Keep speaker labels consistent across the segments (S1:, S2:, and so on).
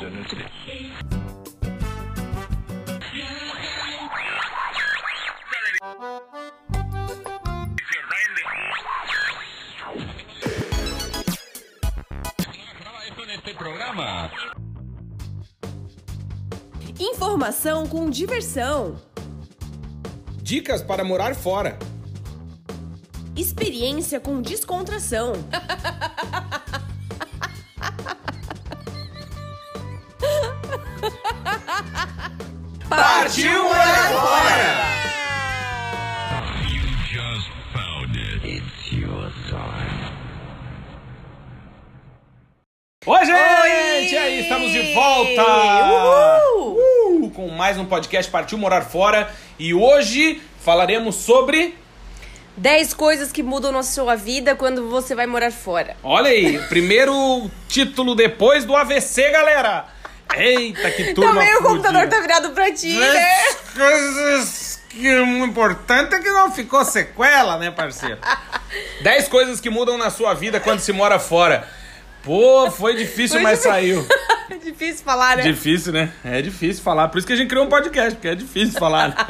S1: Informação com diversão.
S2: Dicas para morar fora.
S1: Experiência com descontração.
S2: Partiu morar fora!
S3: You just found it. It's your time.
S2: Oi, gente! E aí, estamos de volta! Com mais um podcast Partiu Morar Fora. E hoje falaremos sobre...
S1: 10 coisas que mudam na sua vida quando você vai morar fora.
S2: Olha aí, primeiro título depois do AVC, galera! Eita, que turma
S1: Também o
S2: fudida.
S1: computador tá virado pra ti, né?
S2: Coisas que o importante é que não ficou sequela, né, parceiro? 10 coisas que mudam na sua vida quando se mora fora. Pô, foi difícil, mas saiu.
S1: É difícil falar, né?
S2: Difícil, né? É difícil falar. Por isso que a gente criou um podcast, porque é difícil falar. Né?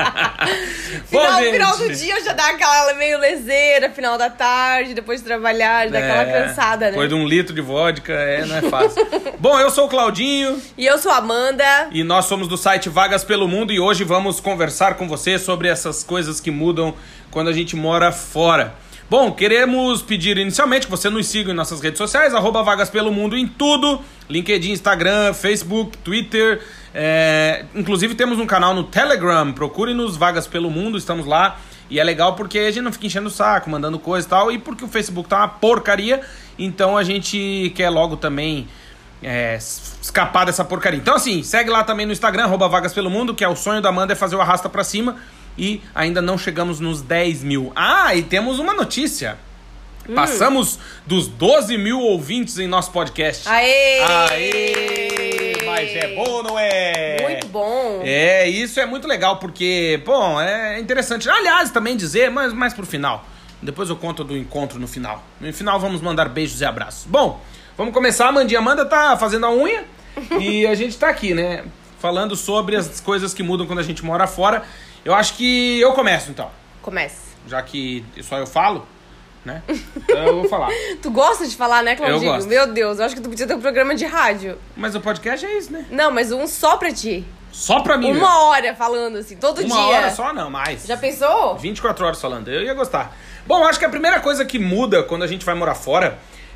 S1: Final do dia já dá aquela meio leseira, final da tarde, depois de trabalhar, dá aquela cansada, né?
S2: Depois de 1 litro de vodka, não é fácil. Bom, eu sou o Claudinho.
S1: E eu sou a Amanda.
S2: E nós somos do site Vagas pelo Mundo. E hoje vamos conversar com você sobre essas coisas que mudam quando a gente mora fora. Bom, queremos pedir inicialmente que você nos siga em nossas redes sociais, @Vagas pelo Mundo em tudo, LinkedIn, Instagram, Facebook, Twitter, inclusive temos um canal no Telegram, procure-nos Vagas pelo Mundo, estamos lá, e é legal porque a gente não fica enchendo o saco, mandando coisa e tal, e porque o Facebook tá uma porcaria, então a gente quer logo também escapar dessa porcaria. Então assim, segue lá também no Instagram, @Vagas pelo Mundo, que é o sonho da Amanda, é fazer o arrasta pra cima. E ainda não chegamos nos 10 mil. Ah, e temos uma notícia. Passamos dos 12 mil ouvintes em nosso podcast.
S1: Aê!
S2: Aê! Mas é bom, não é?
S1: Muito bom.
S2: Isso é muito legal, porque, bom, é interessante. Aliás, também dizer, mas mais pro final. Depois eu conto do encontro no final. No final vamos mandar beijos e abraços. Bom, vamos começar. A Amanda tá fazendo a unha. E a gente tá aqui, né? Falando sobre as coisas que mudam quando a gente mora fora. Eu acho que eu começo, então.
S1: Comece.
S2: Já que só eu falo, né? Então eu vou falar.
S1: Tu gosta de falar, né, Claudinho?
S2: Eu gosto.
S1: Meu Deus, eu acho que tu podia ter um programa de rádio.
S2: Mas o podcast é isso, né?
S1: Não, mas um só pra ti.
S2: Só pra mim,
S1: 1 hora falando, assim, todo dia.
S2: 1 hora só não, mais.
S1: Já pensou?
S2: 24 horas falando, eu ia gostar. Bom, acho que a primeira coisa que muda quando a gente vai morar fora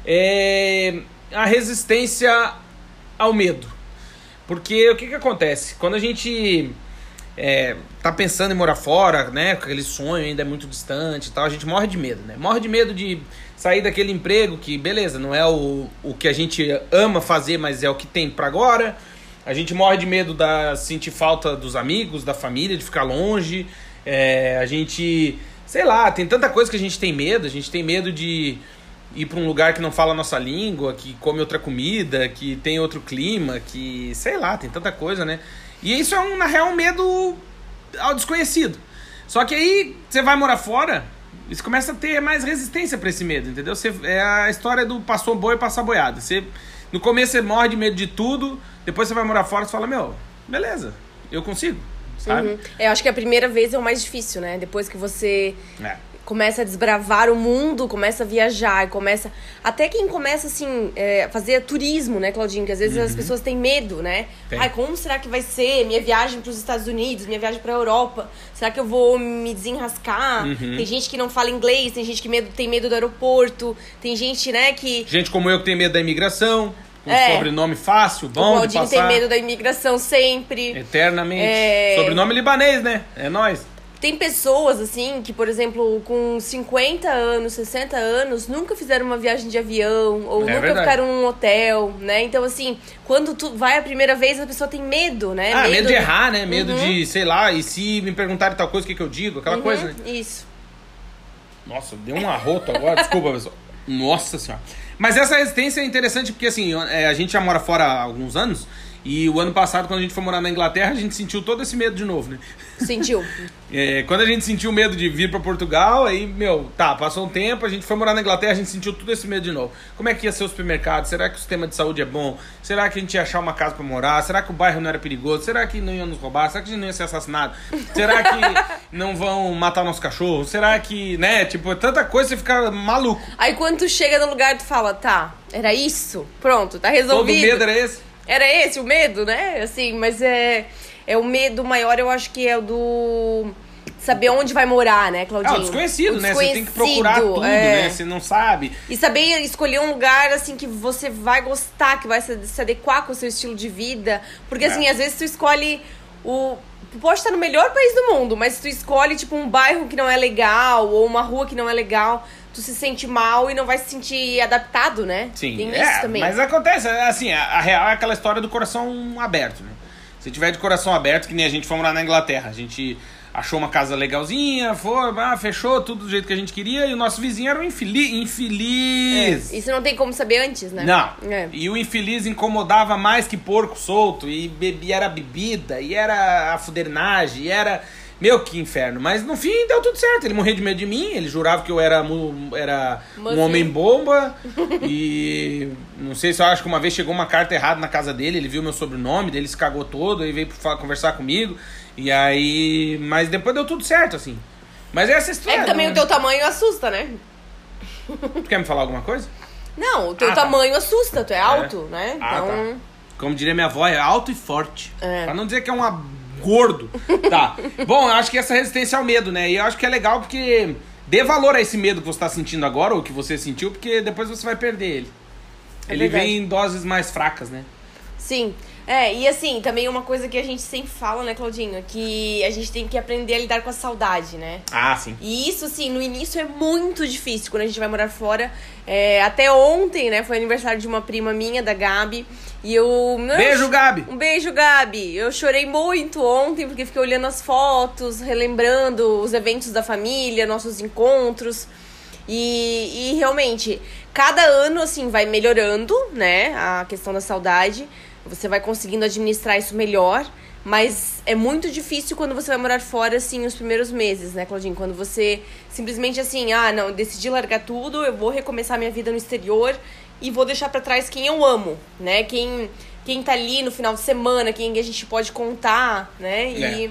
S2: é a resistência ao medo. Porque o que acontece? Quando a gente... tá pensando em morar fora, né? Aquele sonho ainda é muito distante e tal. A gente morre de medo, né? Morre de medo de sair daquele emprego que, beleza, não é o que a gente ama fazer, mas é o que tem pra agora. A gente morre de medo de sentir falta dos amigos, da família, de ficar longe. A gente, sei lá, tem tanta coisa que a gente tem medo. A gente tem medo de ir pra um lugar que não fala a nossa língua, que come outra comida, que tem outro clima, que, sei lá, tem tanta coisa, né? E isso é, na real, um medo ao desconhecido. Só que aí, você vai morar fora, você começa a ter mais resistência pra esse medo, entendeu? É a história do passou boi e passar boiada. No começo você morre de medo de tudo, depois você vai morar fora e fala, beleza, eu consigo, sabe?
S1: Uhum. Eu acho que a primeira vez é o mais difícil, né? Depois que você... começa a desbravar o mundo, começa a viajar, começa... Até quem começa, assim, fazer turismo, né, Claudinho? Que às vezes as pessoas têm medo, né?
S2: Tem.
S1: Ai, como será que vai ser minha viagem para os Estados Unidos, minha viagem para a Europa? Será que eu vou me desenrascar? Tem gente que não fala inglês, tem gente que tem medo do aeroporto, tem gente, né, que...
S2: Gente como eu que tem medo da imigração, com sobrenome fácil,
S1: O
S2: bom de
S1: Claudinho
S2: passar.
S1: tem medo da imigração sempre.
S2: Eternamente. Sobrenome libanês, né? É nóis.
S1: Tem pessoas, assim, que, por exemplo, com 50 anos, 60 anos, nunca fizeram uma viagem de avião, ou nunca
S2: verdade.
S1: ficaram num hotel, né? Então, assim, quando tu vai a primeira vez, a pessoa tem medo, né?
S2: Medo de errar, né? Medo de, sei lá, e se me perguntarem tal coisa, o que eu digo? Aquela coisa, né?
S1: Isso.
S2: Nossa, deu um arroto agora, desculpa, pessoal. Nossa senhora. Mas essa resistência é interessante porque, assim, a gente já mora fora há alguns anos E o ano passado, quando a gente foi morar na Inglaterra, a gente sentiu todo esse medo de novo, né?
S1: Sentiu.
S2: Quando a gente sentiu medo de vir pra Portugal, aí, passou um tempo, a gente foi morar na Inglaterra, a gente sentiu todo esse medo de novo. Como é que ia ser o supermercado? Será que o sistema de saúde é bom? Será que a gente ia achar uma casa pra morar? Será que o bairro não era perigoso? Será que não ia nos roubar? Será que a gente não ia ser assassinado? Será que não vão matar o nosso cachorro? Será que, né? Tipo, tanta coisa, você fica maluco.
S1: Aí quando tu chega no lugar, tu fala, tá, era isso? Pronto, tá resolvido.
S2: Todo medo era esse?
S1: Era esse o medo, né? Assim, mas é o medo maior, eu acho que é o do saber onde vai morar, né, Claudinho?
S2: O desconhecido, né? Você tem que procurar tudo, né? Você não sabe.
S1: E saber escolher um lugar, assim, que você vai gostar, que vai se adequar com o seu estilo de vida. Porque, assim, às vezes tu escolhe Tu pode estar no melhor país do mundo, mas se tu escolhe, tipo, um bairro que não é legal ou uma rua que não é legal, tu se sente mal e não vai se sentir adaptado, né?
S2: Sim,
S1: tem isso também.
S2: Mas acontece, assim, a real é aquela história do coração aberto, né? Se tiver de coração aberto, que nem a gente foi morar na Inglaterra, a gente achou uma casa legalzinha, fechou tudo do jeito que a gente queria e o nosso vizinho era um infeliz.
S1: Isso não tem como saber antes, né?
S2: Não. E o infeliz incomodava mais que porco solto e era bebida, e era a fudernagem, e era... Meu, que inferno. Mas no fim deu tudo certo. Ele morria de medo de mim, ele jurava que eu era um homem-bomba. E não sei se eu acho que uma vez chegou uma carta errada na casa dele, ele viu meu sobrenome, daí ele se cagou todo, aí veio conversar comigo. E aí... Mas depois deu tudo certo, assim. Mas essa história...
S1: É que também o teu tamanho assusta, né?
S2: Tu quer me falar alguma coisa?
S1: Não, o teu tamanho assusta, tu é alto, né? Então...
S2: Tá. Como diria minha avó, é alto e forte. Pra não dizer que é gordo. Tá. Bom, eu acho que essa resistência ao medo, né? E eu acho que é legal porque dê valor a esse medo que você tá sentindo agora, ou que você sentiu, porque depois você vai perder ele. Ele vem em doses mais fracas, né?
S1: Sim. E assim, também uma coisa que a gente sempre fala, né, Claudinho? Que a gente tem que aprender a lidar com a saudade, né?
S2: Ah, sim.
S1: E isso, assim, no início é muito difícil quando a gente vai morar fora. Até ontem, né, foi aniversário de uma prima minha, da Gabi. E eu...
S2: Beijo, Gabi!
S1: Um beijo, Gabi! Eu chorei muito ontem, porque fiquei olhando as fotos, relembrando os eventos da família, nossos encontros. E realmente, cada ano, assim, vai melhorando, né, a questão da saudade. Você vai conseguindo administrar isso melhor, mas é muito difícil quando você vai morar fora, assim, os primeiros meses, né, Claudinho? Quando você simplesmente, assim, não, decidi largar tudo, eu vou recomeçar minha vida no exterior e vou deixar pra trás quem eu amo, né? Quem tá ali no final de semana, quem a gente pode contar, né?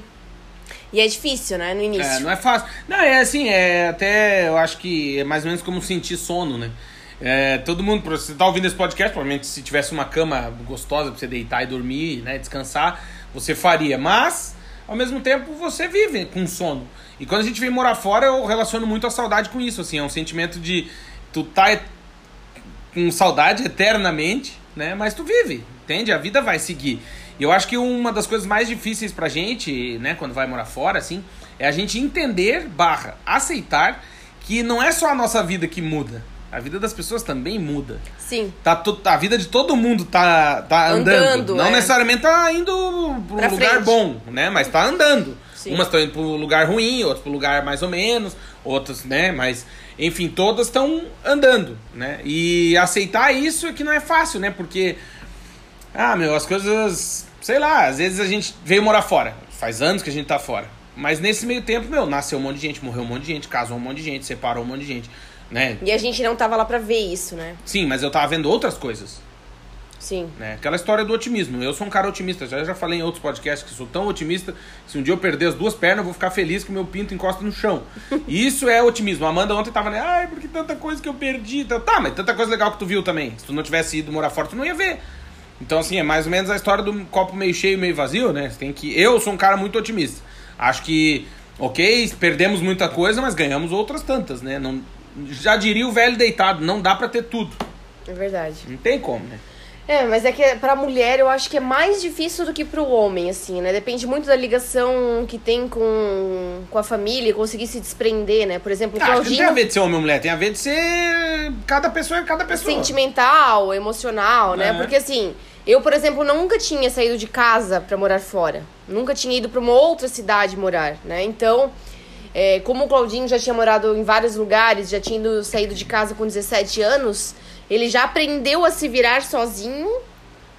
S1: E é difícil, né, no início.
S2: Não é fácil. Não, assim, até, eu acho que é mais ou menos como sentir sono, né? Todo mundo, você tá ouvindo esse podcast, provavelmente se tivesse uma cama gostosa pra você deitar e dormir, né, descansar, você faria, mas ao mesmo tempo você vive com sono. E quando a gente vem morar fora, eu relaciono muito a saudade com isso, assim, é um sentimento de tu tá com saudade eternamente, né, mas tu vive, entende? A vida vai seguir. E eu acho que uma das coisas mais difíceis pra gente, né, quando vai morar fora, assim, é a gente entender, aceitar que não é só a nossa vida que muda. A vida das pessoas também muda.
S1: Sim.
S2: A vida de todo mundo tá andando. Não necessariamente tá indo pra um lugar bom, né? Mas tá andando. Sim. Umas estão indo pro lugar ruim, outras pro lugar mais ou menos, outras, né? Mas, enfim, todas estão andando, né? E aceitar isso é que não é fácil, né? Porque, as coisas... Sei lá, às vezes a gente veio morar fora. Faz anos que a gente tá fora. Mas nesse meio tempo, nasceu um monte de gente, morreu um monte de gente, casou um monte de gente, separou um monte de gente. Né?
S1: E a gente não tava lá pra ver isso, né?
S2: Sim, mas eu tava vendo outras coisas.
S1: Sim.
S2: Né? Aquela história do otimismo. Eu sou um cara otimista. Já falei em outros podcasts que sou tão otimista que se um dia eu perder as duas pernas, eu vou ficar feliz que o meu pinto encosta no chão. E isso é otimismo. A Amanda ontem tava, né? Porque tanta coisa que eu perdi. Tá, mas tanta coisa legal que tu viu também. Se tu não tivesse ido morar fora, tu não ia ver. Então, assim, é mais ou menos a história do copo meio cheio, meio vazio, né? Eu sou um cara muito otimista. Acho que, perdemos muita coisa, mas ganhamos outras tantas, né? Já diria o velho deitado, não dá pra ter tudo.
S1: É verdade.
S2: Não tem como, né?
S1: Mas é que pra mulher eu acho que é mais difícil do que pro homem, assim, né? Depende muito da ligação que tem com a família e conseguir se desprender, né? Por exemplo, o Claudinho...
S2: Não tem a ver de ser homem ou mulher, tem a ver de ser... Cada pessoa é cada pessoa.
S1: Sentimental, emocional, né? Porque assim, eu, por exemplo, nunca tinha saído de casa pra morar fora. Nunca tinha ido pra uma outra cidade morar, né? Então... como o Claudinho já tinha morado em vários lugares, já tinha saído de casa com 17 anos, ele já aprendeu a se virar sozinho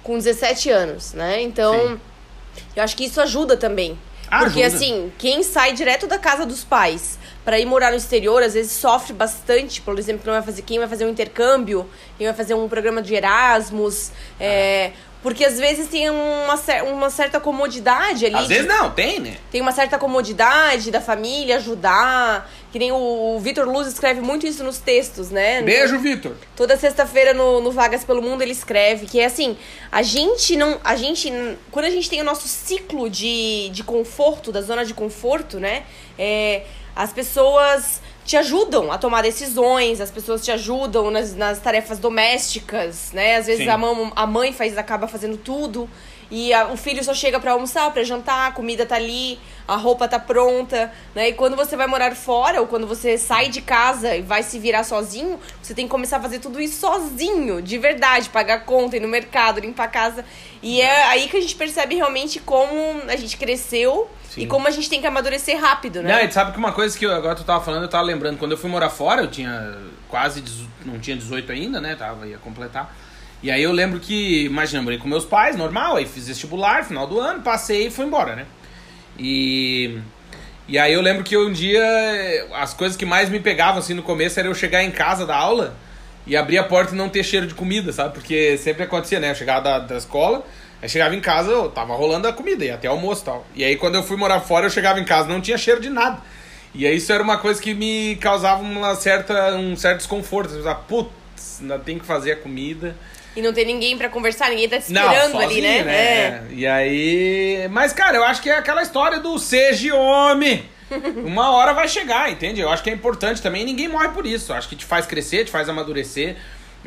S1: com 17 anos, né? Então, eu acho que isso ajuda também. Porque, assim, quem sai direto da casa dos pais para ir morar no exterior, às vezes sofre bastante. Por exemplo, quem vai fazer um intercâmbio, quem vai fazer um programa de Erasmus. Porque às vezes tem uma certa comodidade ali.
S2: Às vezes não, tem, né?
S1: Tem uma certa comodidade da família ajudar. Que nem o Vitor Luz escreve muito isso nos textos, né?
S2: Beijo, Vitor.
S1: Toda sexta-feira no Vagas pelo Mundo ele escreve que é assim, quando a gente tem o nosso ciclo de conforto, da zona de conforto, né? As pessoas te ajudam a tomar decisões, as pessoas te ajudam nas tarefas domésticas, né? Às vezes a mãe acaba fazendo tudo e o filho só chega pra almoçar, pra jantar, a comida tá ali, a roupa tá pronta, né? E quando você vai morar fora ou quando você sai de casa e vai se virar sozinho, você tem que começar a fazer tudo isso sozinho, de verdade, pagar conta, ir no mercado, limpar a casa. E é aí que a gente percebe realmente como a gente cresceu. Sim. E como a gente tem que amadurecer rápido, né?
S2: Não, e sabe que uma coisa que agora tu tava falando, eu tava lembrando, quando eu fui morar fora, eu tinha não tinha 18 ainda, né? Ia completar. E aí eu lembro que, imagina, morei com meus pais, normal, aí fiz vestibular, final do ano, passei e fui embora, né? E aí eu lembro que um dia, as coisas que mais me pegavam, assim, no começo, era eu chegar em casa da aula e abrir a porta e não ter cheiro de comida, sabe? Porque sempre acontecia, né? Eu chegava da escola, aí chegava em casa, eu tava rolando a comida, ia até almoço e tal. E aí quando eu fui morar fora, eu chegava em casa, não tinha cheiro de nada. E aí isso era uma coisa que me causava um certo desconforto. Eu pensava, putz, ainda tem que fazer a comida.
S1: E não tem ninguém pra conversar, ninguém tá te esperando sozinho, ali, né?
S2: E aí... Mas, cara, eu acho que é aquela história do seja homem. Uma hora vai chegar, entende? Eu acho que é importante também, ninguém morre por isso. Eu acho que te faz crescer, te faz amadurecer,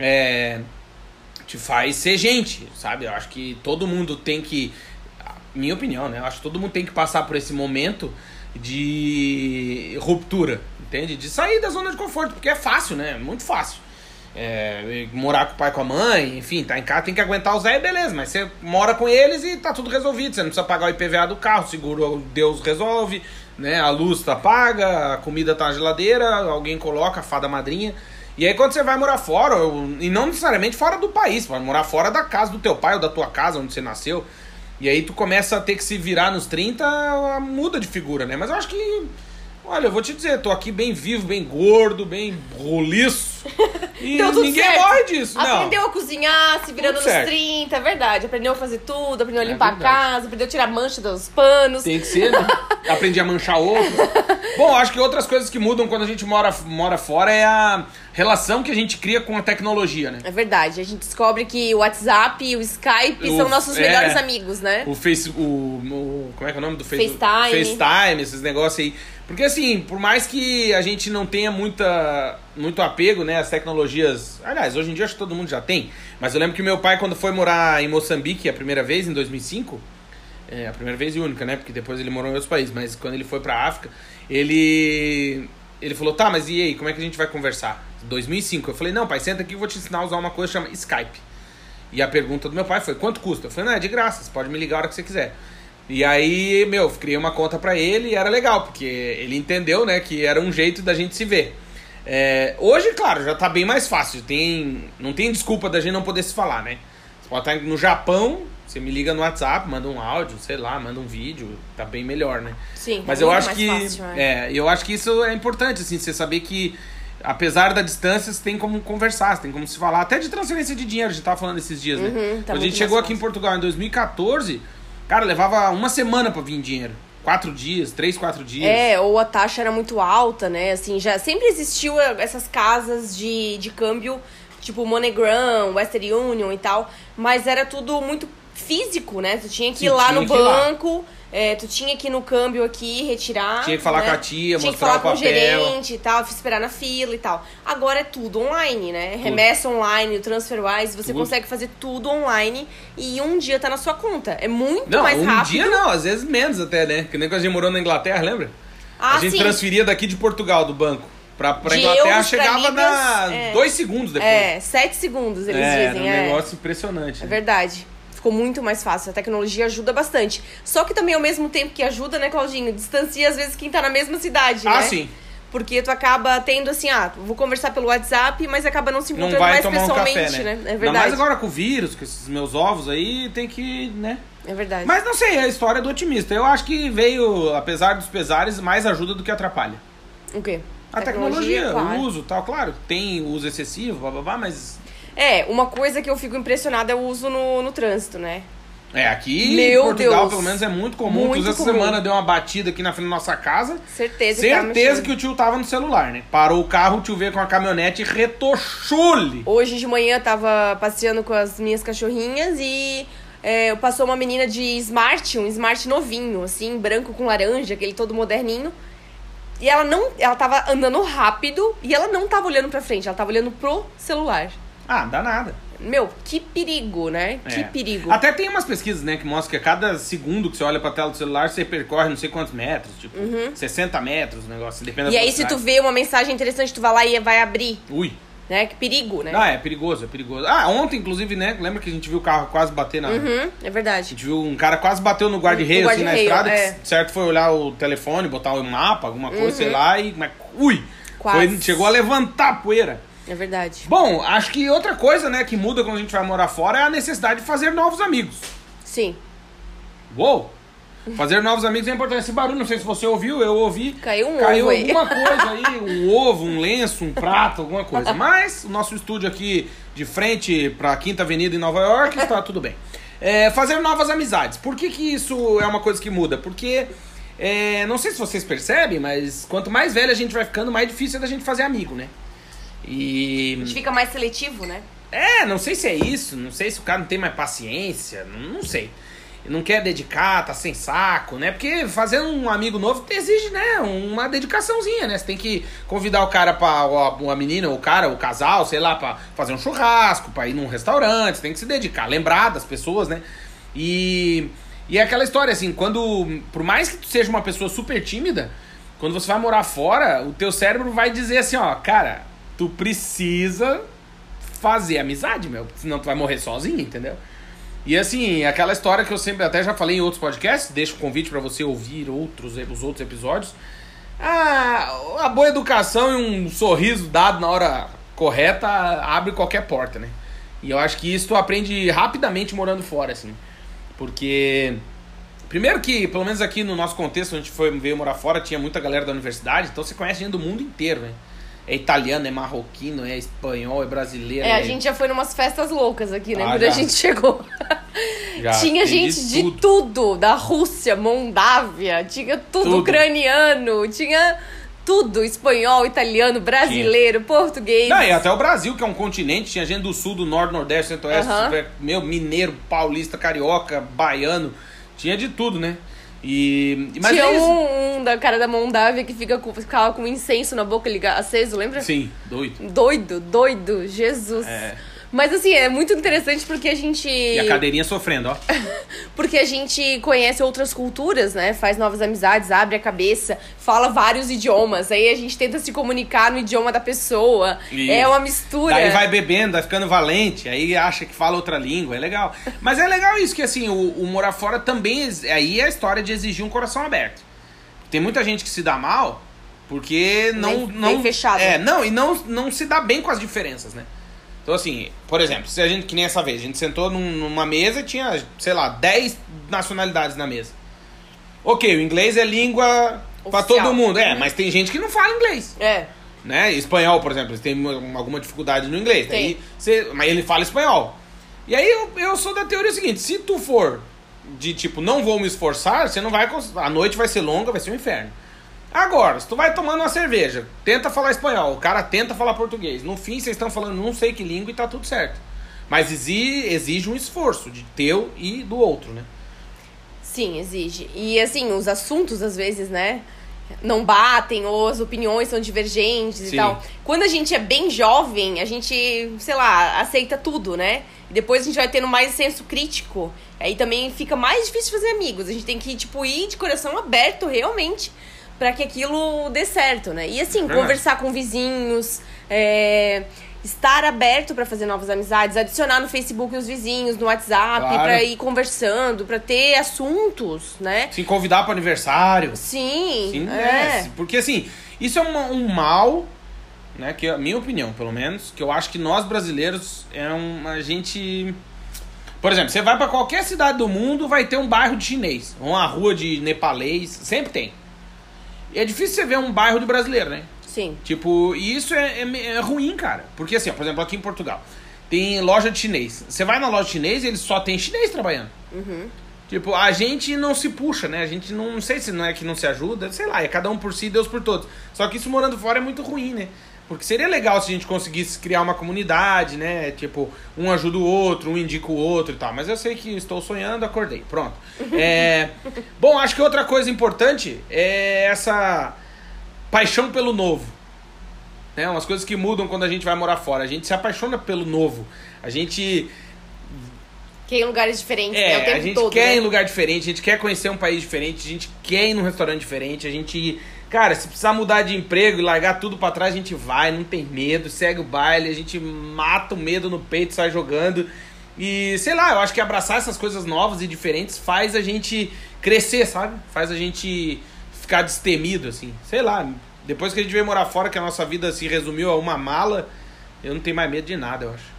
S2: te faz ser gente, sabe? Eu acho que todo mundo tem que... Minha opinião, né? Eu acho que todo mundo tem que passar por esse momento de ruptura, entende? De sair da zona de conforto, porque é fácil, né? Muito fácil. Morar com o pai e com a mãe, enfim, tá em casa, tem que aguentar os velhos, beleza, mas você mora com eles e tá tudo resolvido, você não precisa pagar o IPVA do carro, o seguro Deus resolve, né, a luz tá paga, a comida tá na geladeira, alguém coloca, a fada madrinha. E aí quando você vai morar fora, e não necessariamente fora do país, você vai morar fora da casa do teu pai ou da tua casa onde você nasceu, e aí tu começa a ter que se virar nos 30, muda de figura, né, mas eu acho que... Olha, eu vou te dizer, tô aqui bem vivo, bem gordo, bem roliço. E ninguém morre disso, não.
S1: Aprendeu a cozinhar, se virando nos 30, é verdade. Aprendeu a fazer tudo, aprendeu a limpar a casa, aprendeu a tirar mancha dos panos.
S2: Tem que ser, né? Aprendi a manchar outros. Bom, acho que outras coisas que mudam quando a gente mora fora é a relação que a gente cria com a tecnologia, né?
S1: É verdade, a gente descobre que o WhatsApp e o Skype são nossos melhores amigos, né?
S2: Como é que é o nome do Facebook?
S1: FaceTime,
S2: esses negócios aí. Porque assim, por mais que a gente não tenha muito apego, né, às tecnologias... Aliás, hoje em dia acho que todo mundo já tem. Mas eu lembro que meu pai, quando foi morar em Moçambique a primeira vez, em 2005... a primeira vez e única, né? Porque depois ele morou em outros países. Mas quando ele foi pra África, ele falou, tá, mas e aí, como é que a gente vai conversar? 2005. Eu falei, não, pai, senta aqui que eu vou te ensinar a usar uma coisa que chama Skype. E a pergunta do meu pai foi, quanto custa? Eu falei, não, é de graça, você pode me ligar a hora que você quiser. E aí, criei uma conta pra ele e era legal, porque ele entendeu, né, que era um jeito da gente se ver. Hoje, claro, já tá bem mais fácil, não tem desculpa da gente não poder se falar, né? Você pode estar no Japão, você me liga no WhatsApp, manda um áudio, sei lá, manda um vídeo, tá bem melhor, né?
S1: Sim,
S2: mas eu acho que fácil, eu acho que isso é importante, assim, você saber que apesar da distância, você tem como conversar, você tem como se falar, até de transferência de dinheiro, a gente tava falando esses dias, né? Quando a gente chegou aqui em Portugal em 2014, cara, levava uma semana pra vir dinheiro. 4 dias, 3, 4 dias.
S1: Ou a taxa era muito alta, né? Assim, já sempre existiu essas casas de câmbio, tipo MoneyGram, Western Union e tal, mas era tudo muito físico, né? Tu tinha que ir lá no banco, tu tinha que ir no câmbio aqui, retirar.
S2: Tinha que falar com a tia, mostrar o papel.
S1: Tinha que falar com o gerente e tal, esperar na fila e tal. Agora é tudo online, né? Tudo. Remessa online, o TransferWise, você consegue fazer tudo online e um dia tá na sua conta. É muito mais rápido.
S2: Um dia não, às vezes menos até, né? Que nem quando a gente morou na Inglaterra, lembra? A gente transferia daqui de Portugal, do banco. Pra Inglaterra chegava na 2 segundos depois.
S1: 7 segundos eles dizem.
S2: Era um negócio impressionante.
S1: É verdade. Ficou muito mais fácil. A tecnologia ajuda bastante. Só que também, ao mesmo tempo que ajuda, né, Claudinho? Distancia, às vezes, quem tá na mesma cidade, né?
S2: Sim.
S1: Porque tu acaba tendo assim, vou conversar pelo WhatsApp, mas acaba não se
S2: Não
S1: encontrando
S2: vai
S1: mais
S2: tomar um
S1: pessoalmente,
S2: café, né?
S1: É
S2: Ainda
S1: verdade.
S2: mais agora com o vírus, com esses meus ovos aí, tem que, né?
S1: É verdade.
S2: Mas não sei, é a história do otimista. Eu acho que veio, apesar dos pesares, mais ajuda do que atrapalha.
S1: O quê?
S2: A tecnologia,
S1: claro.
S2: o uso, tal, claro. Tem uso excessivo, blá, blá, blá, mas...
S1: Uma coisa que eu fico impressionada é o uso no trânsito, né?
S2: Aqui
S1: Meu
S2: em Portugal,
S1: Deus.
S2: pelo menos, é muito comum.
S1: Muito
S2: Essa
S1: comum.
S2: semana deu uma batida aqui na frente da nossa casa.
S1: Certeza
S2: Que o tio tava no celular, né? Parou o carro, o tio veio com a caminhonete e retochou-lhe.
S1: Hoje de manhã eu tava passeando com as minhas cachorrinhas e passou uma menina de um Smart novinho, assim, branco com laranja, aquele todo moderninho. E ela tava andando rápido e ela não tava olhando pra frente, ela tava olhando pro celular.
S2: Ah, dá nada.
S1: Meu, que perigo, né? Que perigo.
S2: Até tem umas pesquisas, né, que mostram que a cada segundo que você olha pra tela do celular, você percorre não sei quantos metros, tipo, 60 metros, o negócio, dependendo da
S1: E aí, se tu vê uma mensagem interessante, tu vai lá e vai abrir.
S2: Ui.
S1: Né? Que perigo, né?
S2: É perigoso, é perigoso. Ontem, inclusive, né, lembra que a gente viu o carro quase bater na...
S1: É verdade.
S2: A gente viu um cara quase bateu no guarda-reio, assim, na estrada, que certo foi olhar o telefone, botar o mapa, alguma coisa, sei lá, e...
S1: Quase.
S2: Chegou a levantar a poeira.
S1: É verdade.
S2: Bom, acho que outra coisa, né, que muda quando a gente vai morar fora é a necessidade de fazer novos amigos.
S1: Sim.
S2: Uou! Fazer novos amigos é importante. Esse barulho, não sei se você ouviu, eu ouvi.
S1: Caiu ovo aí.
S2: Alguma coisa aí, um ovo, um lenço, um prato, alguma coisa. Mas o nosso estúdio aqui de frente pra Quinta Avenida em Nova York está tudo bem. Fazer novas amizades. Por que isso é uma coisa que muda? Porque, não sei se vocês percebem, mas quanto mais velho a gente vai ficando, mais difícil é da gente fazer amigo, né?
S1: A gente fica mais seletivo, né?
S2: Não sei se é isso, não sei se o cara não tem mais paciência, não sei. Não quer dedicar, tá sem saco, né? Porque fazer um amigo novo exige, né, uma dedicaçãozinha, né? Você tem que convidar o cara pra, a menina, o cara, o casal, sei lá, pra fazer um churrasco, pra ir num restaurante, você tem que se dedicar, lembrar das pessoas, né? E é aquela história, assim, por mais que tu seja uma pessoa super tímida, quando você vai morar fora, o teu cérebro vai dizer assim, cara, tu precisa fazer amizade, meu, senão tu vai morrer sozinho, entendeu? E assim, aquela história que eu sempre até já falei em outros podcasts, deixo o convite pra você ouvir os outros episódios. A boa educação e um sorriso dado na hora correta abre qualquer porta, né? E eu acho que isso tu aprende rapidamente morando fora, assim. Porque, primeiro que, pelo menos aqui no nosso contexto, a gente veio morar fora, tinha muita galera da universidade, então você conhece gente do mundo inteiro, né? É italiano, é marroquino, é espanhol, é brasileiro.
S1: A gente já foi numas festas loucas aqui, né? Quando
S2: já.
S1: a gente chegou. Tinha gente de tudo. Da Rússia, Moldávia, tinha tudo. Ucraniano, tinha tudo. Espanhol, italiano, brasileiro, português.
S2: E até o Brasil, que é um continente, tinha gente do sul, do norte, nordeste, centro-oeste, mineiro, paulista, carioca, baiano. Tinha de tudo, né? Mas
S1: tinha um da cara da Moldávia que ficava com incenso na boca aceso, lembra?
S2: Sim, doido.
S1: Doido, Jesus. Mas assim, é muito interessante porque a gente...
S2: E a cadeirinha sofrendo, ó.
S1: Porque a gente conhece outras culturas, né? Faz novas amizades, abre a cabeça, fala vários idiomas. Aí a gente tenta se comunicar no idioma da pessoa. Isso. É uma mistura.
S2: Daí vai bebendo, vai ficando valente, aí acha que fala outra língua, é legal. Mas é legal isso, que assim, o morar fora também... Aí é a história de exigir um coração aberto. Tem muita gente que se dá mal porque
S1: bem fechado.
S2: Não se dá bem com as diferenças, né? Então, assim, por exemplo, se a gente, que nem essa vez, a gente sentou numa mesa e tinha, sei lá, 10 nacionalidades na mesa. Ok, o inglês é língua pra todo mundo. Mas tem gente que não fala inglês. Né? Espanhol, por exemplo, eles têm alguma dificuldade no inglês. Mas ele fala espanhol. E aí eu sou da teoria seguinte, se tu for de tipo, não vou me esforçar, você não vai... A noite vai ser longa, vai ser um inferno. Agora, se tu vai tomando uma cerveja, tenta falar espanhol, o cara tenta falar português, no fim vocês estão falando não sei que língua e tá tudo certo. Mas exige um esforço de teu e do outro, né?
S1: Sim, exige. E assim, os assuntos às vezes, né, não batem ou as opiniões são divergentes e tal. Quando a gente é bem jovem, a gente, sei lá, aceita tudo, né? E depois a gente vai tendo mais senso crítico. Aí também fica mais difícil fazer amigos. A gente tem que, tipo, ir de coração aberto realmente pra que aquilo dê certo, né? E assim, conversar com vizinhos, estar aberto pra fazer novas amizades, adicionar no Facebook os vizinhos, no WhatsApp, pra ir conversando, pra ter assuntos, né?
S2: Se convidar pro aniversário.
S1: Sim.
S2: Porque assim, Isso é um mal, né? Que é a minha opinião, pelo menos, que eu acho que nós brasileiros a gente... Por exemplo, você vai pra qualquer cidade do mundo, vai ter um bairro de chinês, uma rua de nepalês, sempre tem. E é difícil você ver um bairro de brasileiro, né?
S1: Sim.
S2: Tipo, e isso é ruim, cara. Porque assim, ó, por exemplo, aqui em Portugal, tem loja de chinês. Você vai na loja de chinês e eles só tem chinês trabalhando.
S1: Uhum.
S2: Tipo, a gente não se puxa, né? A gente não sei se não é que não se ajuda, sei lá, é cada um por si, Deus por todos. Só que isso morando fora é muito ruim, né? Porque seria legal se a gente conseguisse criar uma comunidade, né? Tipo, um ajuda o outro, um indica o outro e tal. Mas eu sei que estou sonhando, acordei. Pronto. Bom, acho que outra coisa importante é essa paixão pelo novo. Né? Umas coisas que mudam quando a gente vai morar fora. A gente se apaixona pelo novo. A gente...
S1: quer ir em lugares diferentes, né? O tempo
S2: a gente
S1: todo,
S2: quer
S1: né?
S2: ir em lugar diferente, a gente quer conhecer um país diferente, a gente quer ir num restaurante diferente, a gente... Cara, se precisar mudar de emprego e largar tudo pra trás, a gente vai, não tem medo, segue o baile, a gente mata o medo no peito, sai jogando. E, sei lá, eu acho que abraçar essas coisas novas e diferentes faz a gente crescer, sabe? Faz a gente ficar destemido, assim. Sei lá, depois que a gente veio morar fora, que a nossa vida se resumiu a uma mala, eu não tenho mais medo de nada, eu acho.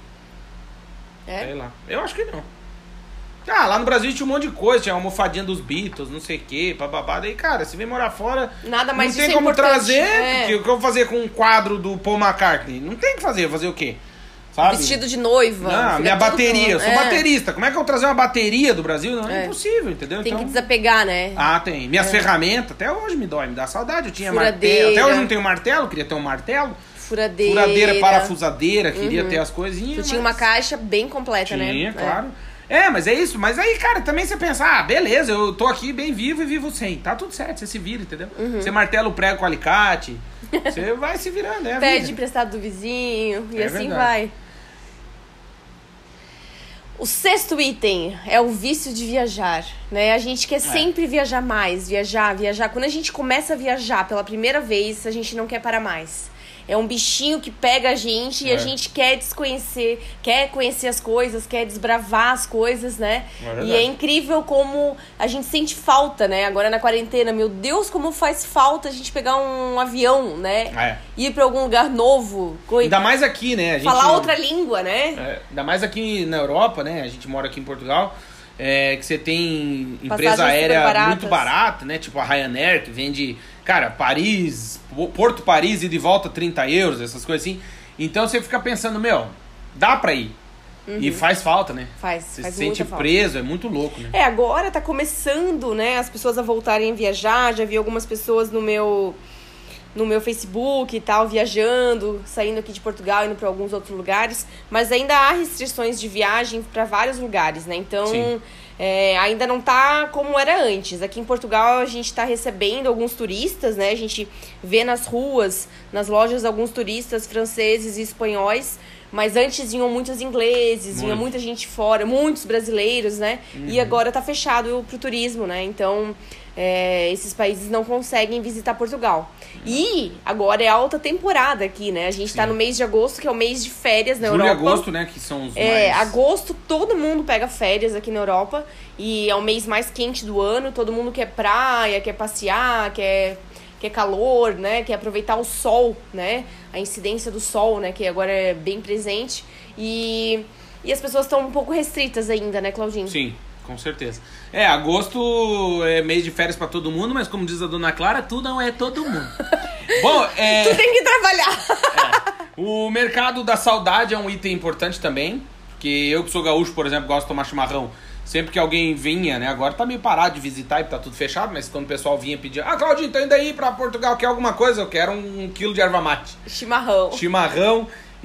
S2: Sei lá. Eu acho que não. Ah, lá no Brasil tinha um monte de coisa, tinha a almofadinha dos Beatles, não sei o que, bababá. Daí, cara, se vem morar fora,
S1: nada mais
S2: não tem como trazer. Porque o que eu vou fazer com um quadro do Paul McCartney? Não tem o que fazer o quê? Sabe?
S1: Vestido de noiva.
S2: Não, minha bateria, eu sou baterista. Como é que eu vou trazer uma bateria do Brasil? Não é impossível, entendeu?
S1: Tem
S2: então...
S1: que desapegar, né?
S2: Ah, tem. Minhas ferramentas, até hoje me dá saudade. Eu tinha
S1: furadeira.
S2: martelo. Até hoje não tenho martelo, queria ter um martelo.
S1: Furadeira,
S2: parafusadeira, queria ter as coisinhas.
S1: Tu tinha uma caixa bem completa, né?
S2: Tinha, claro. Mas é isso. Mas aí, cara, também você pensa, beleza, eu tô aqui bem vivo e vivo sem. Tá tudo certo, você se vira, entendeu? Você martela o prego com alicate, você vai se virando, né?
S1: Pede emprestado do vizinho e assim
S2: verdade.
S1: vai. O 6º item é o vício de viajar, né? A gente quer sempre viajar mais, viajar. Quando a gente começa a viajar pela primeira vez, a gente não quer parar mais. É um bichinho que pega a gente e a gente quer desconhecer, quer conhecer as coisas, quer desbravar as coisas, né? E é incrível como a gente sente falta, né? Agora na quarentena, meu Deus, como faz falta a gente pegar um avião, né? Ir pra algum lugar novo.
S2: Ainda mais aqui, né? A gente...
S1: falar outra língua, né?
S2: Ainda mais aqui na Europa, né? A gente mora aqui em Portugal. Que você tem empresa
S1: Passagens
S2: aérea muito barata, né? Tipo a Ryanair, que vende, cara, Porto Paris e de volta 30 euros, essas coisas assim. Então você fica pensando, dá pra ir. E faz falta, né?
S1: Faz
S2: se sente preso, é muito louco, né?
S1: Agora tá começando, né, as pessoas a voltarem a viajar. Já vi algumas pessoas no meu Facebook e tal, viajando, saindo aqui de Portugal, indo para alguns outros lugares, mas ainda há restrições de viagem para vários lugares, né? Então, ainda não tá como era antes. Aqui em Portugal a gente tá recebendo alguns turistas, né? A gente vê nas ruas, nas lojas, alguns turistas franceses e espanhóis, mas antes vinham muitos ingleses, vinha muita gente fora, muitos brasileiros, né? E agora tá fechado pro turismo, né? Então... esses países não conseguem visitar Portugal. E agora é alta temporada aqui, né? A gente tá no mês de agosto, que é o mês de férias na Europa.
S2: Julho e agosto, né? Que são os mais...
S1: agosto, todo mundo pega férias aqui na Europa. E é o mês mais quente do ano. Todo mundo quer praia, quer passear, quer calor, né? Quer aproveitar o sol, né? A incidência do sol, né? Que agora é bem presente. E as pessoas estão um pouco restritas ainda, né, Claudinho?
S2: Sim. Com certeza. Agosto é mês de férias pra todo mundo, mas como diz a dona Clara, tudo não é todo mundo. Bom,
S1: tu tem que trabalhar.
S2: O mercado da saudade é um item importante também, porque eu que sou gaúcho, por exemplo, gosto de tomar chimarrão. Sempre que alguém vinha, né, agora tá meio parado de visitar e tá tudo fechado, mas quando o pessoal vinha pedir, Claudinho, tô indo aí pra Portugal, quer alguma coisa? Eu quero 1 quilo de erva mate. Chimarrão.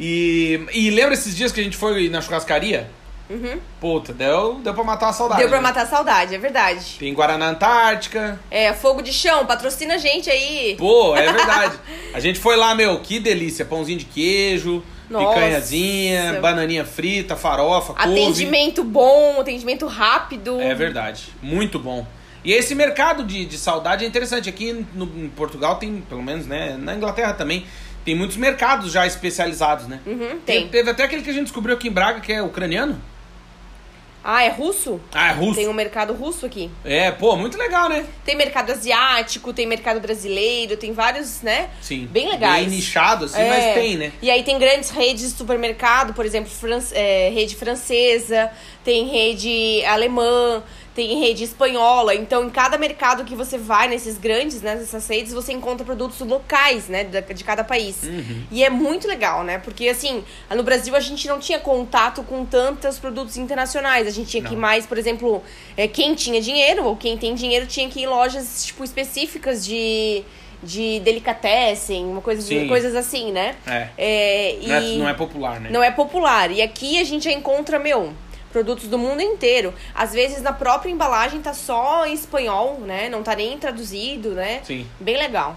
S2: E lembra esses dias que a gente foi na churrascaria? Puta, deu pra matar a saudade.
S1: Deu pra matar a saudade, é verdade.
S2: Tem Guaraná Antártica.
S1: Fogo de chão, patrocina a gente aí.
S2: Pô, é verdade. A gente foi lá, que delícia. Pãozinho de queijo, picanhazinha, bananinha frita, farofa, couve.
S1: Atendimento bom, atendimento rápido.
S2: É verdade, muito bom. E esse mercado de saudade é interessante. Aqui em Portugal tem, pelo menos, né, na Inglaterra também, tem muitos mercados já especializados, né?
S1: Tem.
S2: Teve até aquele que a gente descobriu aqui em Braga, que é ucraniano.
S1: Ah, é russo?
S2: Ah, é russo.
S1: Tem um mercado russo aqui.
S2: É, pô, muito legal, né?
S1: Tem mercado asiático, tem mercado brasileiro, tem vários, né?
S2: Sim.
S1: Bem legais.
S2: Bem nichado, assim, mas tem, né?
S1: E aí tem grandes redes de supermercado, por exemplo, rede francesa, tem rede alemã, tem rede espanhola. Então, em cada mercado que você vai, nesses grandes, né, nessas redes, você encontra produtos locais, né, de cada país. E é muito legal, né? Porque, assim, no Brasil a gente não tinha contato com tantos produtos internacionais. A gente tinha que ir mais, por exemplo, quem tinha dinheiro ou quem tem dinheiro tinha que ir em lojas, tipo, específicas de delicatessen, coisas assim, né?
S2: Não é popular, né?
S1: Não é popular. E aqui a gente já encontra, produtos do mundo inteiro. Às vezes na própria embalagem tá só em espanhol, né? Não tá nem traduzido, né?
S2: Sim.
S1: Bem legal.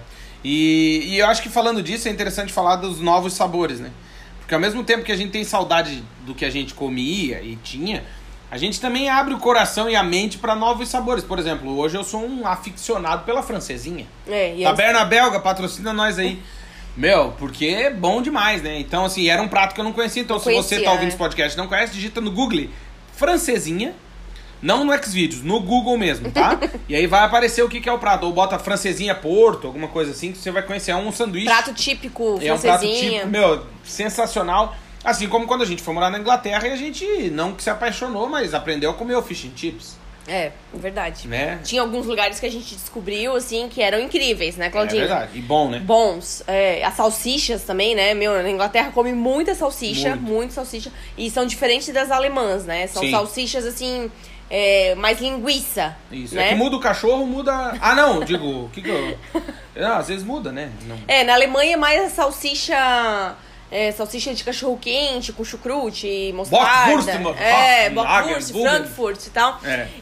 S2: E eu acho que falando disso é interessante falar dos novos sabores, né? Porque ao mesmo tempo que a gente tem saudade do que a gente comia e tinha, a gente também abre o coração e a mente para novos sabores. Por exemplo, hoje eu sou um aficionado pela francesinha. Taberna Belga, patrocina nós aí. Porque é bom demais, né? Então, assim, era um prato que eu não conhecia. Então, se você tá ouvindo esse podcast e não conhece, digita no Google francesinha. Não no Xvideos, no Google mesmo, tá? E aí vai aparecer o que é o prato. Ou bota francesinha Porto, alguma coisa assim, que você vai conhecer. É um sanduíche.
S1: Prato típico, francesinha.
S2: É um prato típico, sensacional. Assim como quando a gente foi morar na Inglaterra e a gente não que se apaixonou, mas aprendeu a comer o fish and chips.
S1: É verdade.
S2: Né?
S1: Tinha alguns lugares que a gente descobriu, assim, que eram incríveis, né, Claudinho?
S2: É verdade. E bom, né?
S1: Bons. As salsichas também, né? Na Inglaterra come muita salsicha, muito salsicha. E são diferentes das alemãs, né? São salsichas, assim, mais linguiça.
S2: Isso.
S1: Né?
S2: É que muda o cachorro, muda... Ah, não, digo, o que eu... Não, às vezes muda, né? Não.
S1: Na Alemanha é mais a salsicha... salsicha de cachorro quente, com chucrute, mostarda. Bockwurst, Frankfurt e tal.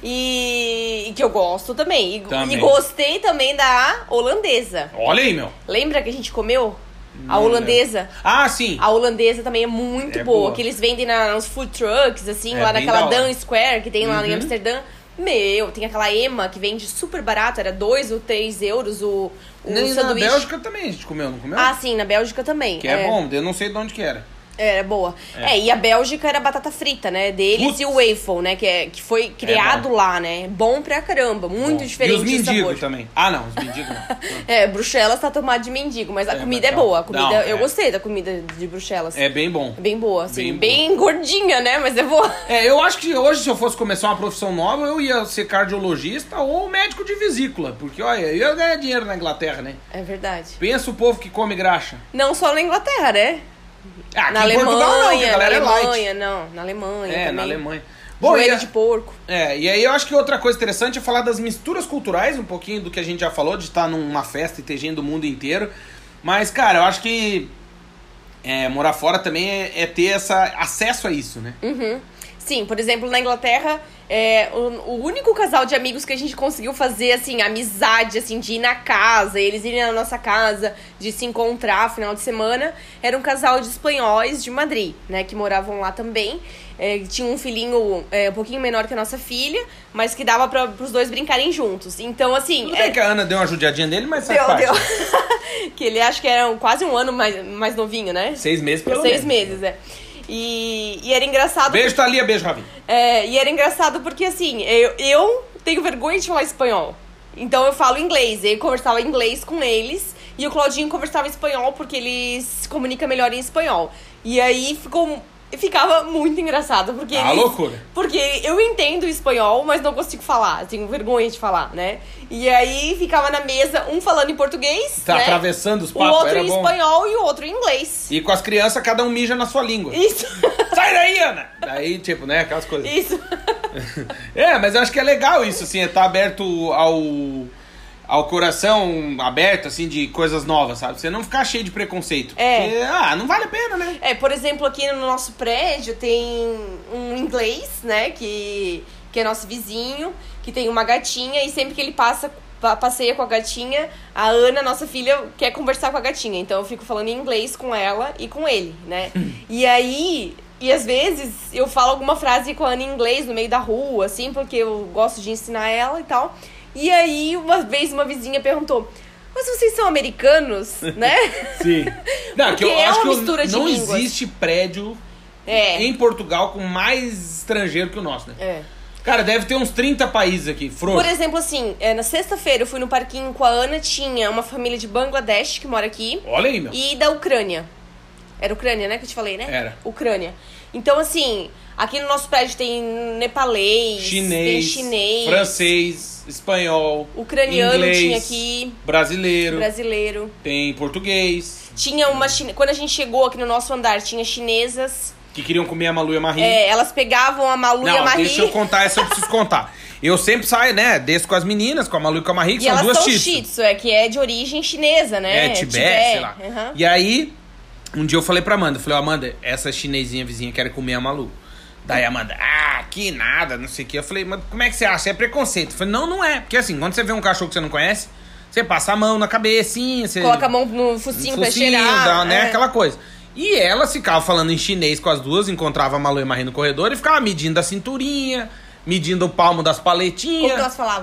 S1: E que eu gosto também. E gostei também da holandesa.
S2: Olha aí,
S1: Lembra que a gente comeu? A holandesa.
S2: Ah, sim.
S1: A holandesa também é muito boa. Que eles vendem nos food trucks, assim, lá naquela Dan Square, que tem lá em Amsterdã. Tem aquela Ema que vende super barato, era 2 ou 3 euros o sanduíche.
S2: Na Bélgica também a gente comeu, não comeu?
S1: Ah, sim, na Bélgica também.
S2: Que é bom, eu não sei de onde que era.
S1: Era boa. E a Bélgica era batata frita, né? Deles. E o waffle, né? Que foi criado lá, né? Bom pra caramba. Muito diferente.
S2: E os mendigos também. Ah, não. Os mendigos não.
S1: Bruxelas tá tomado de mendigo. Mas a comida é boa. Eu gostei da comida de Bruxelas.
S2: É bem bom.
S1: Bem boa, assim. Bem gordinha, né? Mas é boa.
S2: Eu acho que hoje, se eu fosse começar uma profissão nova, eu ia ser cardiologista ou médico de vesícula. Porque, olha, eu ia ganhar dinheiro na Inglaterra, né?
S1: É verdade.
S2: Pensa o povo que come graxa.
S1: Não só na Inglaterra, né?
S2: Na Alemanha, Portugal não, que a galera é light.
S1: Na Alemanha também.
S2: Na Alemanha.
S1: Joelho de porco.
S2: E aí eu acho que outra coisa interessante é falar das misturas culturais, um pouquinho do que a gente já falou, de estar numa festa e ter gente do mundo inteiro. Mas, cara, eu acho que morar fora também é ter acesso a isso, né?
S1: Sim, por exemplo, na Inglaterra, o único casal de amigos que a gente conseguiu fazer, assim, amizade, assim, de ir na casa, eles irem na nossa casa, de se encontrar final de semana, era um casal de espanhóis de Madrid, né, que moravam lá também. Tinha um filhinho um pouquinho menor que a nossa filha, mas que dava pros dois brincarem juntos. Então, assim...
S2: Tudo bem que a Ana deu uma judiadinha dele, mas faz parte.
S1: Deu. Que ele acho que era quase um ano mais novinho, né?
S2: 6 meses, pelo menos.
S1: 6 meses, E era engraçado...
S2: Beijo, Thalia, beijo, Ravi.
S1: E era engraçado porque, assim, eu tenho vergonha de falar espanhol. Então eu falo inglês. Eu conversava inglês com eles e o Claudinho conversava espanhol porque ele se comunica melhor em espanhol. E aí ficava muito engraçado. Porque
S2: loucura.
S1: Porque eu entendo espanhol, mas não consigo falar. Tenho vergonha de falar, né? E aí ficava na mesa, um falando em português,
S2: né? Atravessando os papos,
S1: o outro em espanhol e o outro em inglês.
S2: E com as crianças, cada um mija na sua língua.
S1: Isso.
S2: Sai daí, Ana! Daí, tipo, né, aquelas coisas.
S1: Isso.
S2: Mas eu acho que é legal isso, assim, estar aberto ao coração aberto, assim, de coisas novas, sabe? Você não ficar cheio de preconceito. Porque, não vale a pena, né?
S1: Por exemplo, aqui no nosso prédio tem um inglês, né, que é nosso vizinho, que tem uma gatinha, e sempre que ele passeia com a gatinha, a Ana, nossa filha, quer conversar com a gatinha. Então eu fico falando em inglês com ela e com ele, né? E às vezes eu falo alguma frase com a Ana em inglês no meio da rua, assim, porque eu gosto de ensinar ela e tal. E aí, uma vez, uma vizinha perguntou: mas vocês são americanos, né?
S2: Sim. Não,
S1: porque
S2: eu acho
S1: uma
S2: que
S1: mistura de
S2: não
S1: línguas.
S2: existe prédio em Portugal com mais estrangeiro que o nosso, né?
S1: É.
S2: Cara, deve ter uns 30 países aqui, frouxo.
S1: Por exemplo, assim, na sexta-feira eu fui no parquinho com a Ana, tinha uma família de Bangladesh que mora aqui.
S2: Olha aí, meu.
S1: E da Ucrânia. Era Ucrânia, né, que eu te falei, né?
S2: Era.
S1: Ucrânia. Então, assim, aqui no nosso prédio tem nepalês, tem chinês,
S2: francês, espanhol,
S1: ucraniano
S2: inglês,
S1: tinha aqui,
S2: brasileiro, tem português.
S1: Tinha uma quando a gente chegou aqui no nosso andar, tinha chinesas.
S2: Que queriam comer a Malu e a Marie.
S1: Elas pegavam a Malu e a Marie.
S2: Deixa eu contar, essa eu preciso contar. Eu sempre saio, né, desço com as meninas, com a Malu e com a Marie, que são duas
S1: shih tzu. Shih tzu, que é de origem chinesa, né?
S2: Tibete, sei lá. Uhum. E aí, um dia eu falei pra Amanda, Amanda, essa chinesinha vizinha quer comer a Malu. Daí a Amanda, que nada, não sei o que. Eu falei, mas como é que você acha? É preconceito. Eu falei, não é. Porque assim, quando você vê um cachorro que você não conhece, você passa a mão na cabecinha, você...
S1: Coloca a mão no focinho pra cheirar.
S2: Dá, né, aquela coisa. E ela ficava falando em chinês com as duas, encontrava a Malu e a Marie no corredor e ficava medindo a cinturinha, medindo o palmo das paletinhas.
S1: Como que elas falavam?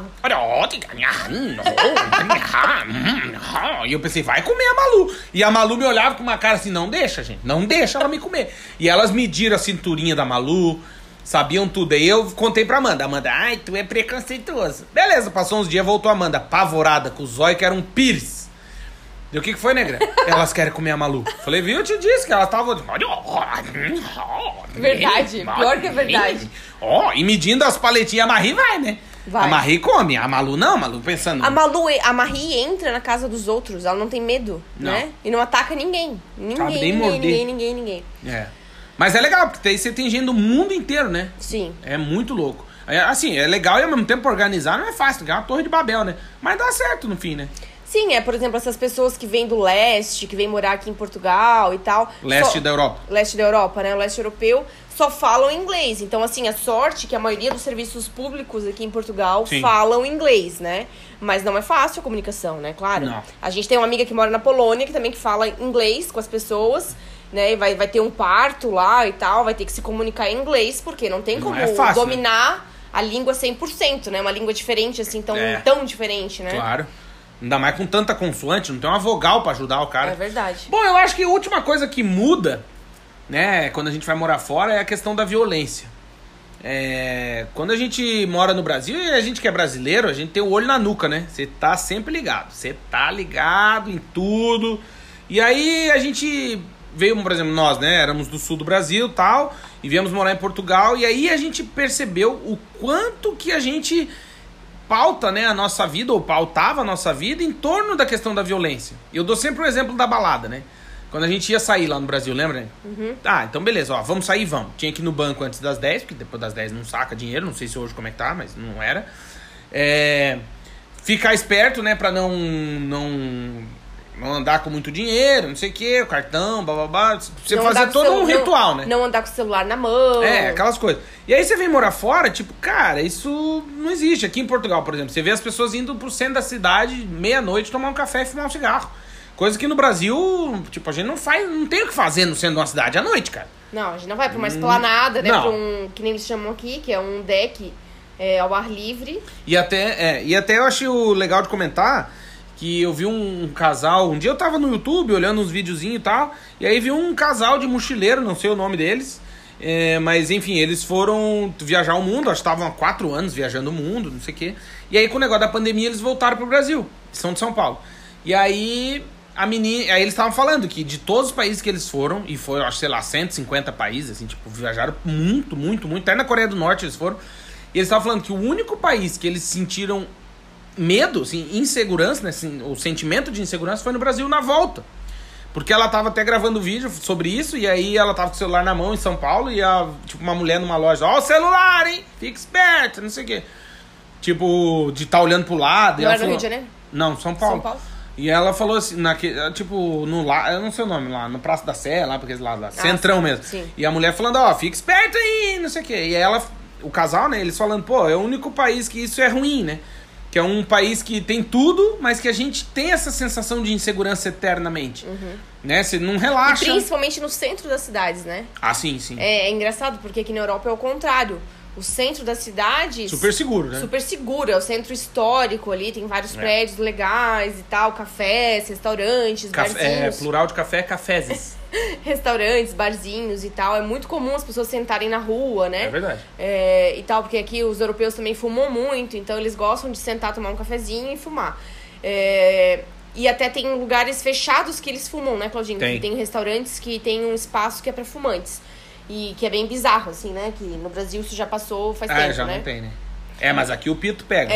S2: E eu pensei, vai comer a Malu. E a Malu me olhava com uma cara assim, não deixa, gente, não deixa ela me comer. E elas mediram a cinturinha da Malu, sabiam tudo. Aí eu contei pra Amanda, ai, tu é preconceituoso. Beleza, passou uns dias, voltou a Amanda, apavorada, com o zóio que era um pires. E o que foi, negra? Elas querem comer a Malu. Falei, viu? Eu te disse que elas estavam...
S1: Verdade, pior que é verdade.
S2: E medindo as paletinhas, a Marie vai, né? Vai. A Marie come, a Malu não, a Malu pensando...
S1: A Marie entra na casa dos outros, ela não tem medo, né? E não ataca ninguém. Ninguém.
S2: É. Mas é legal, porque aí você tem gente do mundo inteiro, né?
S1: Sim.
S2: É muito louco. Assim, é legal e ao mesmo tempo organizar não é fácil, porque é uma torre de Babel, né? Mas dá certo no fim, né?
S1: Sim, por exemplo, essas pessoas que vêm do leste, que vêm morar aqui em Portugal e tal.
S2: Leste da Europa.
S1: Leste da Europa, né? O leste europeu só falam inglês. Então, assim, a sorte que a maioria dos serviços públicos aqui em Portugal falam inglês, né? Mas não é fácil a comunicação, né? Claro.
S2: Não.
S1: A gente tem uma amiga que mora na Polônia, que também que fala inglês com as pessoas, né? E vai ter um parto lá e tal, vai ter que se comunicar em inglês, porque não tem como dominar a língua 100%, né? Uma língua diferente, assim, tão diferente, né?
S2: Claro. Ainda mais com tanta consoante, não tem uma vogal pra ajudar o cara.
S1: É verdade.
S2: Bom, eu acho que a última coisa que muda, né, quando a gente vai morar fora, é a questão da violência. Quando a gente mora no Brasil, e a gente que é brasileiro, a gente tem o olho na nuca, né? Você tá sempre ligado. Você tá ligado em tudo. E aí a gente veio, por exemplo, nós, né, éramos do sul do Brasil e tal, e viemos morar em Portugal, e aí a gente percebeu o quanto que a gente... pauta, né, a nossa vida, ou pautava a nossa vida em torno da questão da violência. Eu dou sempre o exemplo da balada, né? Quando a gente ia sair lá no Brasil, lembra? Né?
S1: Uhum.
S2: Então beleza, vamos sair, vamos. Tinha que ir no banco antes das 10, porque depois das 10 não saca dinheiro, não sei se hoje como é que tá, mas não era. Ficar esperto, né, pra não andar com muito dinheiro, não sei o que, o cartão, bababá. Você fazer todo um ritual, né?
S1: Não andar com o celular na mão.
S2: Aquelas coisas. E aí você vem morar fora, tipo, cara, isso não existe. Aqui em Portugal, por exemplo, você vê as pessoas indo pro centro da cidade, meia-noite, tomar um café e fumar um cigarro. Coisa que no Brasil, tipo, a gente não tem o que fazer no centro de uma cidade à noite, cara.
S1: Não, a gente não vai pra uma esplanada, né? Pra que nem eles chamam aqui, que é um deck ao ar livre.
S2: E até eu acho legal de comentar... que eu vi um casal... Um dia eu tava no YouTube olhando uns videozinhos e tal, e aí vi um casal de mochileiro, não sei o nome deles, mas enfim, eles foram viajar o mundo, acho que estavam há 4 anos viajando o mundo, não sei o quê. E aí com o negócio da pandemia eles voltaram pro Brasil, são de São Paulo. E aí aí eles estavam falando que de todos os países que eles foram, e foram, acho, sei lá, 150 países, assim, tipo, viajaram muito, até na Coreia do Norte eles foram, e eles estavam falando que o único país que eles sentiram medo, assim, insegurança, né, assim, o sentimento de insegurança foi no Brasil na volta. Porque ela tava até gravando vídeo sobre isso, e aí ela tava com o celular na mão em São Paulo, e tipo, uma mulher numa loja, ó o celular, hein, fica esperto, não sei o quê. Tipo, de estar olhando pro lado.
S1: Não era no Rio de Janeiro?
S2: Não, São Paulo.
S1: São Paulo.
S2: E ela falou assim, tipo, eu não sei o nome lá, no Praça da Sé, lá, porque lá, Centrão mesmo.
S1: Sim.
S2: E a mulher falando, fica esperto aí, não sei o quê. E ela, o casal, né, eles falando, é o único país que isso é ruim, né? Que é um país que tem tudo, mas que a gente tem essa sensação de insegurança eternamente. Uhum. Né? Você não relaxa.
S1: E principalmente no centro das cidades, né?
S2: Sim.
S1: É engraçado, porque aqui na Europa é o contrário. O centro das cidades...
S2: super seguro, né?
S1: Super seguro. É o centro histórico ali, tem vários prédios legais e tal, cafés, restaurantes, barzinhos.
S2: Plural de café é cafézes.
S1: restaurantes, barzinhos e tal. É muito comum as pessoas sentarem na rua, né?
S2: É verdade.
S1: E tal, porque aqui os europeus também fumam muito, então eles gostam de sentar, tomar um cafezinho e fumar. E até tem lugares fechados que eles fumam, né, Claudinho? Tem restaurantes que tem um espaço que é pra fumantes. E que é bem bizarro, assim, né? Que no Brasil isso já passou faz tempo,
S2: já
S1: né?
S2: não tem, né? Mas aqui o pito pega.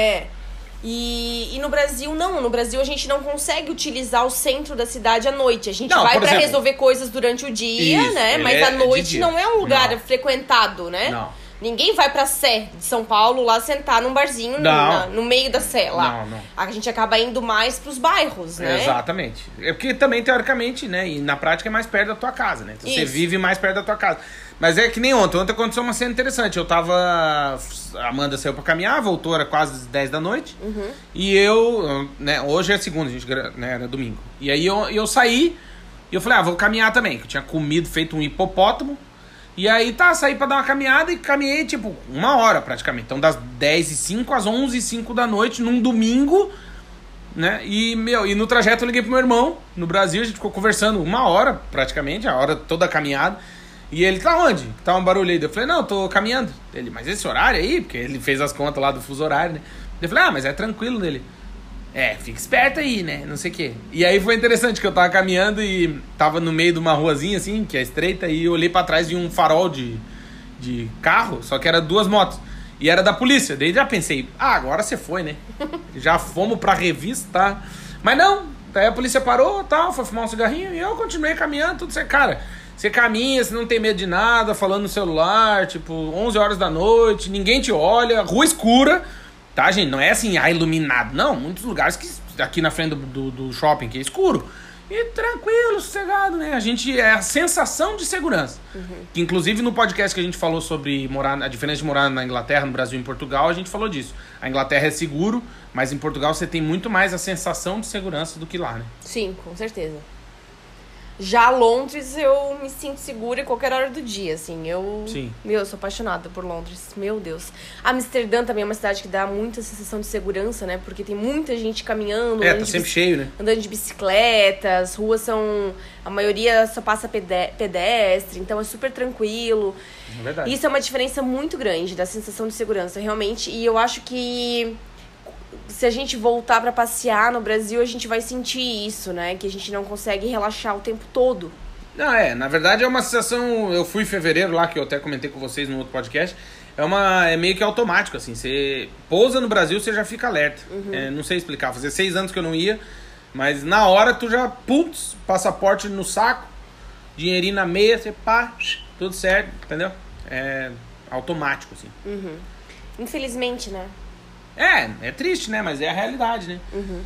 S1: E no Brasil, não. No Brasil, a gente não consegue utilizar o centro da cidade à noite. A gente vai pra
S2: exemplo,
S1: resolver coisas durante o dia,
S2: isso,
S1: né? Mas à noite não é um lugar frequentado, né?
S2: Não.
S1: Ninguém vai pra Sé de São Paulo lá sentar num barzinho no meio da Sé lá.
S2: Não.
S1: A gente acaba indo mais pros bairros, né?
S2: Exatamente. É porque também, teoricamente, né? E na prática é mais perto da tua casa, né? Então você vive mais perto da tua casa. Mas é que nem ontem. Ontem aconteceu uma cena interessante. Eu tava... A Amanda saiu pra caminhar, voltou, era quase 10 da noite. E eu... né, hoje é segunda, a gente, né, era domingo. E aí eu saí e eu falei, vou caminhar também. Que eu tinha comido, feito um hipopótamo. E aí saí pra dar uma caminhada e caminhei, tipo, 1 hora praticamente. Então das 10h05 às 11h05 da noite, num domingo, né? E no trajeto eu liguei pro meu irmão, no Brasil, a gente ficou conversando 1 hora praticamente, a hora toda a caminhada. E ele, tá onde? Tá um barulho aí. Eu falei, não, eu tô caminhando. Ele, mas esse horário aí? Porque ele fez as contas lá do fuso horário, né? Eu falei, mas é tranquilo nele. Fica esperto aí, né? Não sei o quê. E aí foi interessante que eu tava caminhando e tava no meio de uma ruazinha, assim, que é estreita, e eu olhei pra trás e um farol de carro, só que era 2 motos. E era da polícia. Daí já pensei, agora você foi, né? Já fomos pra revista, tá? Mas não, daí a polícia parou, tal, foi fumar um cigarrinho e eu continuei caminhando, tudo certo. Cara, você caminha, você não tem medo de nada, falando no celular, tipo, 11 horas da noite, ninguém te olha, rua escura, tá, gente? Não é assim, iluminado, não. Muitos lugares que aqui na frente do shopping que é escuro. E tranquilo, sossegado, né? É a sensação de segurança. Que inclusive no podcast que a gente falou sobre a diferença de morar na Inglaterra, no Brasil e em Portugal, a gente falou disso. A Inglaterra é seguro, mas em Portugal você tem muito mais a sensação de segurança do que lá, né?
S1: Sim, com certeza. Já Londres, eu me sinto segura em qualquer hora do dia, assim. Eu sou apaixonada por Londres. Meu Deus. Amsterdã também é uma cidade que dá muita sensação de segurança, né? Porque tem muita gente caminhando.
S2: Tá sempre cheio, né?
S1: Andando de bicicleta, as ruas são... A maioria só passa pedestre, então é super tranquilo.
S2: É verdade.
S1: Isso é uma diferença muito grande da sensação de segurança, realmente. E eu acho que... se a gente voltar pra passear no Brasil, a gente vai sentir isso, né? Que a gente não consegue relaxar o tempo todo.
S2: Não, na verdade é uma sensação... Eu fui em fevereiro lá, que eu até comentei com vocês no outro podcast. É meio que automático, assim. Você pousa no Brasil, você já fica alerta. Não sei explicar. Fazia 6 anos que eu não ia, mas na hora tu já... Putz, passaporte no saco, dinheirinho na meia, você tudo certo, entendeu? É automático, assim.
S1: Infelizmente, né?
S2: É triste, né? Mas é a realidade, né?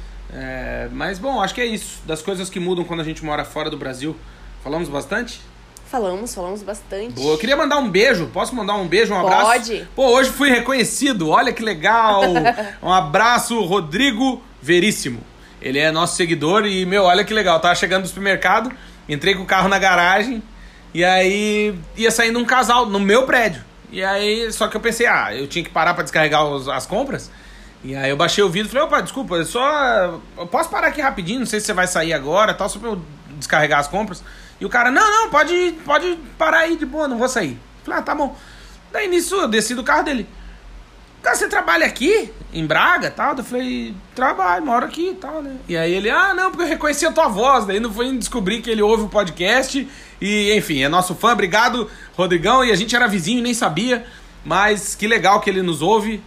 S2: Mas, bom, acho que é isso. Das coisas que mudam quando a gente mora fora do Brasil. Falamos bastante?
S1: Falamos bastante.
S2: Boa, eu queria mandar um beijo. Posso mandar um beijo, um abraço?
S1: Pode.
S2: Pô, hoje fui reconhecido. Olha que legal. Um abraço, Rodrigo Veríssimo. Ele é nosso seguidor e, olha que legal. Tava chegando do supermercado, entrei com o carro na garagem e aí ia saindo um casal no meu prédio. E aí, só que eu pensei, eu tinha que parar pra descarregar as compras. E aí eu baixei o vidro e falei, opa, desculpa, eu posso parar aqui rapidinho, não sei se você vai sair agora, tal, só pra eu descarregar as compras. E o cara, não, pode parar aí de boa, não vou sair. Eu falei, tá bom. Daí nisso eu desci do carro dele. Cara, você trabalha aqui, em Braga, tal? Eu falei, trabalho, moro aqui e tal, né? E aí ele, não, porque eu reconheci a tua voz. Daí não foi descobrir que ele ouve o podcast. E, enfim, é nosso fã. Obrigado, Rodrigão. E a gente era vizinho, nem sabia. Mas que legal que ele nos ouve.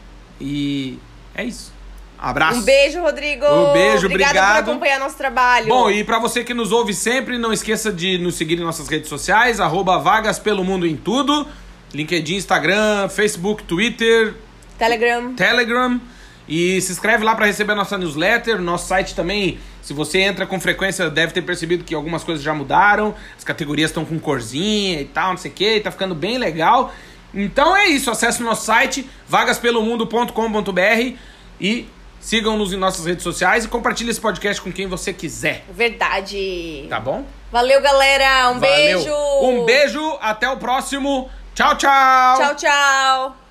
S2: E é isso. Abraço.
S1: Um beijo, Rodrigo.
S2: Um beijo, obrigado
S1: por acompanhar nosso trabalho.
S2: Bom, e pra você que nos ouve sempre, não esqueça de nos seguir em nossas redes sociais. @Vagas pelo Mundo em tudo. LinkedIn, Instagram, Facebook, Twitter... Telegram. E se inscreve lá para receber a nossa newsletter. Nosso site também, se você entra com frequência, deve ter percebido que algumas coisas já mudaram. As categorias estão com corzinha e tal, não sei o que. Tá ficando bem legal. Então é isso, acesse o nosso site vagaspelomundo.com.br e sigam-nos em nossas redes sociais e compartilhe esse podcast com quem você quiser.
S1: Verdade.
S2: Tá bom?
S1: Valeu, galera. Beijo.
S2: Um beijo, até o próximo. Tchau, tchau.
S1: Tchau, tchau.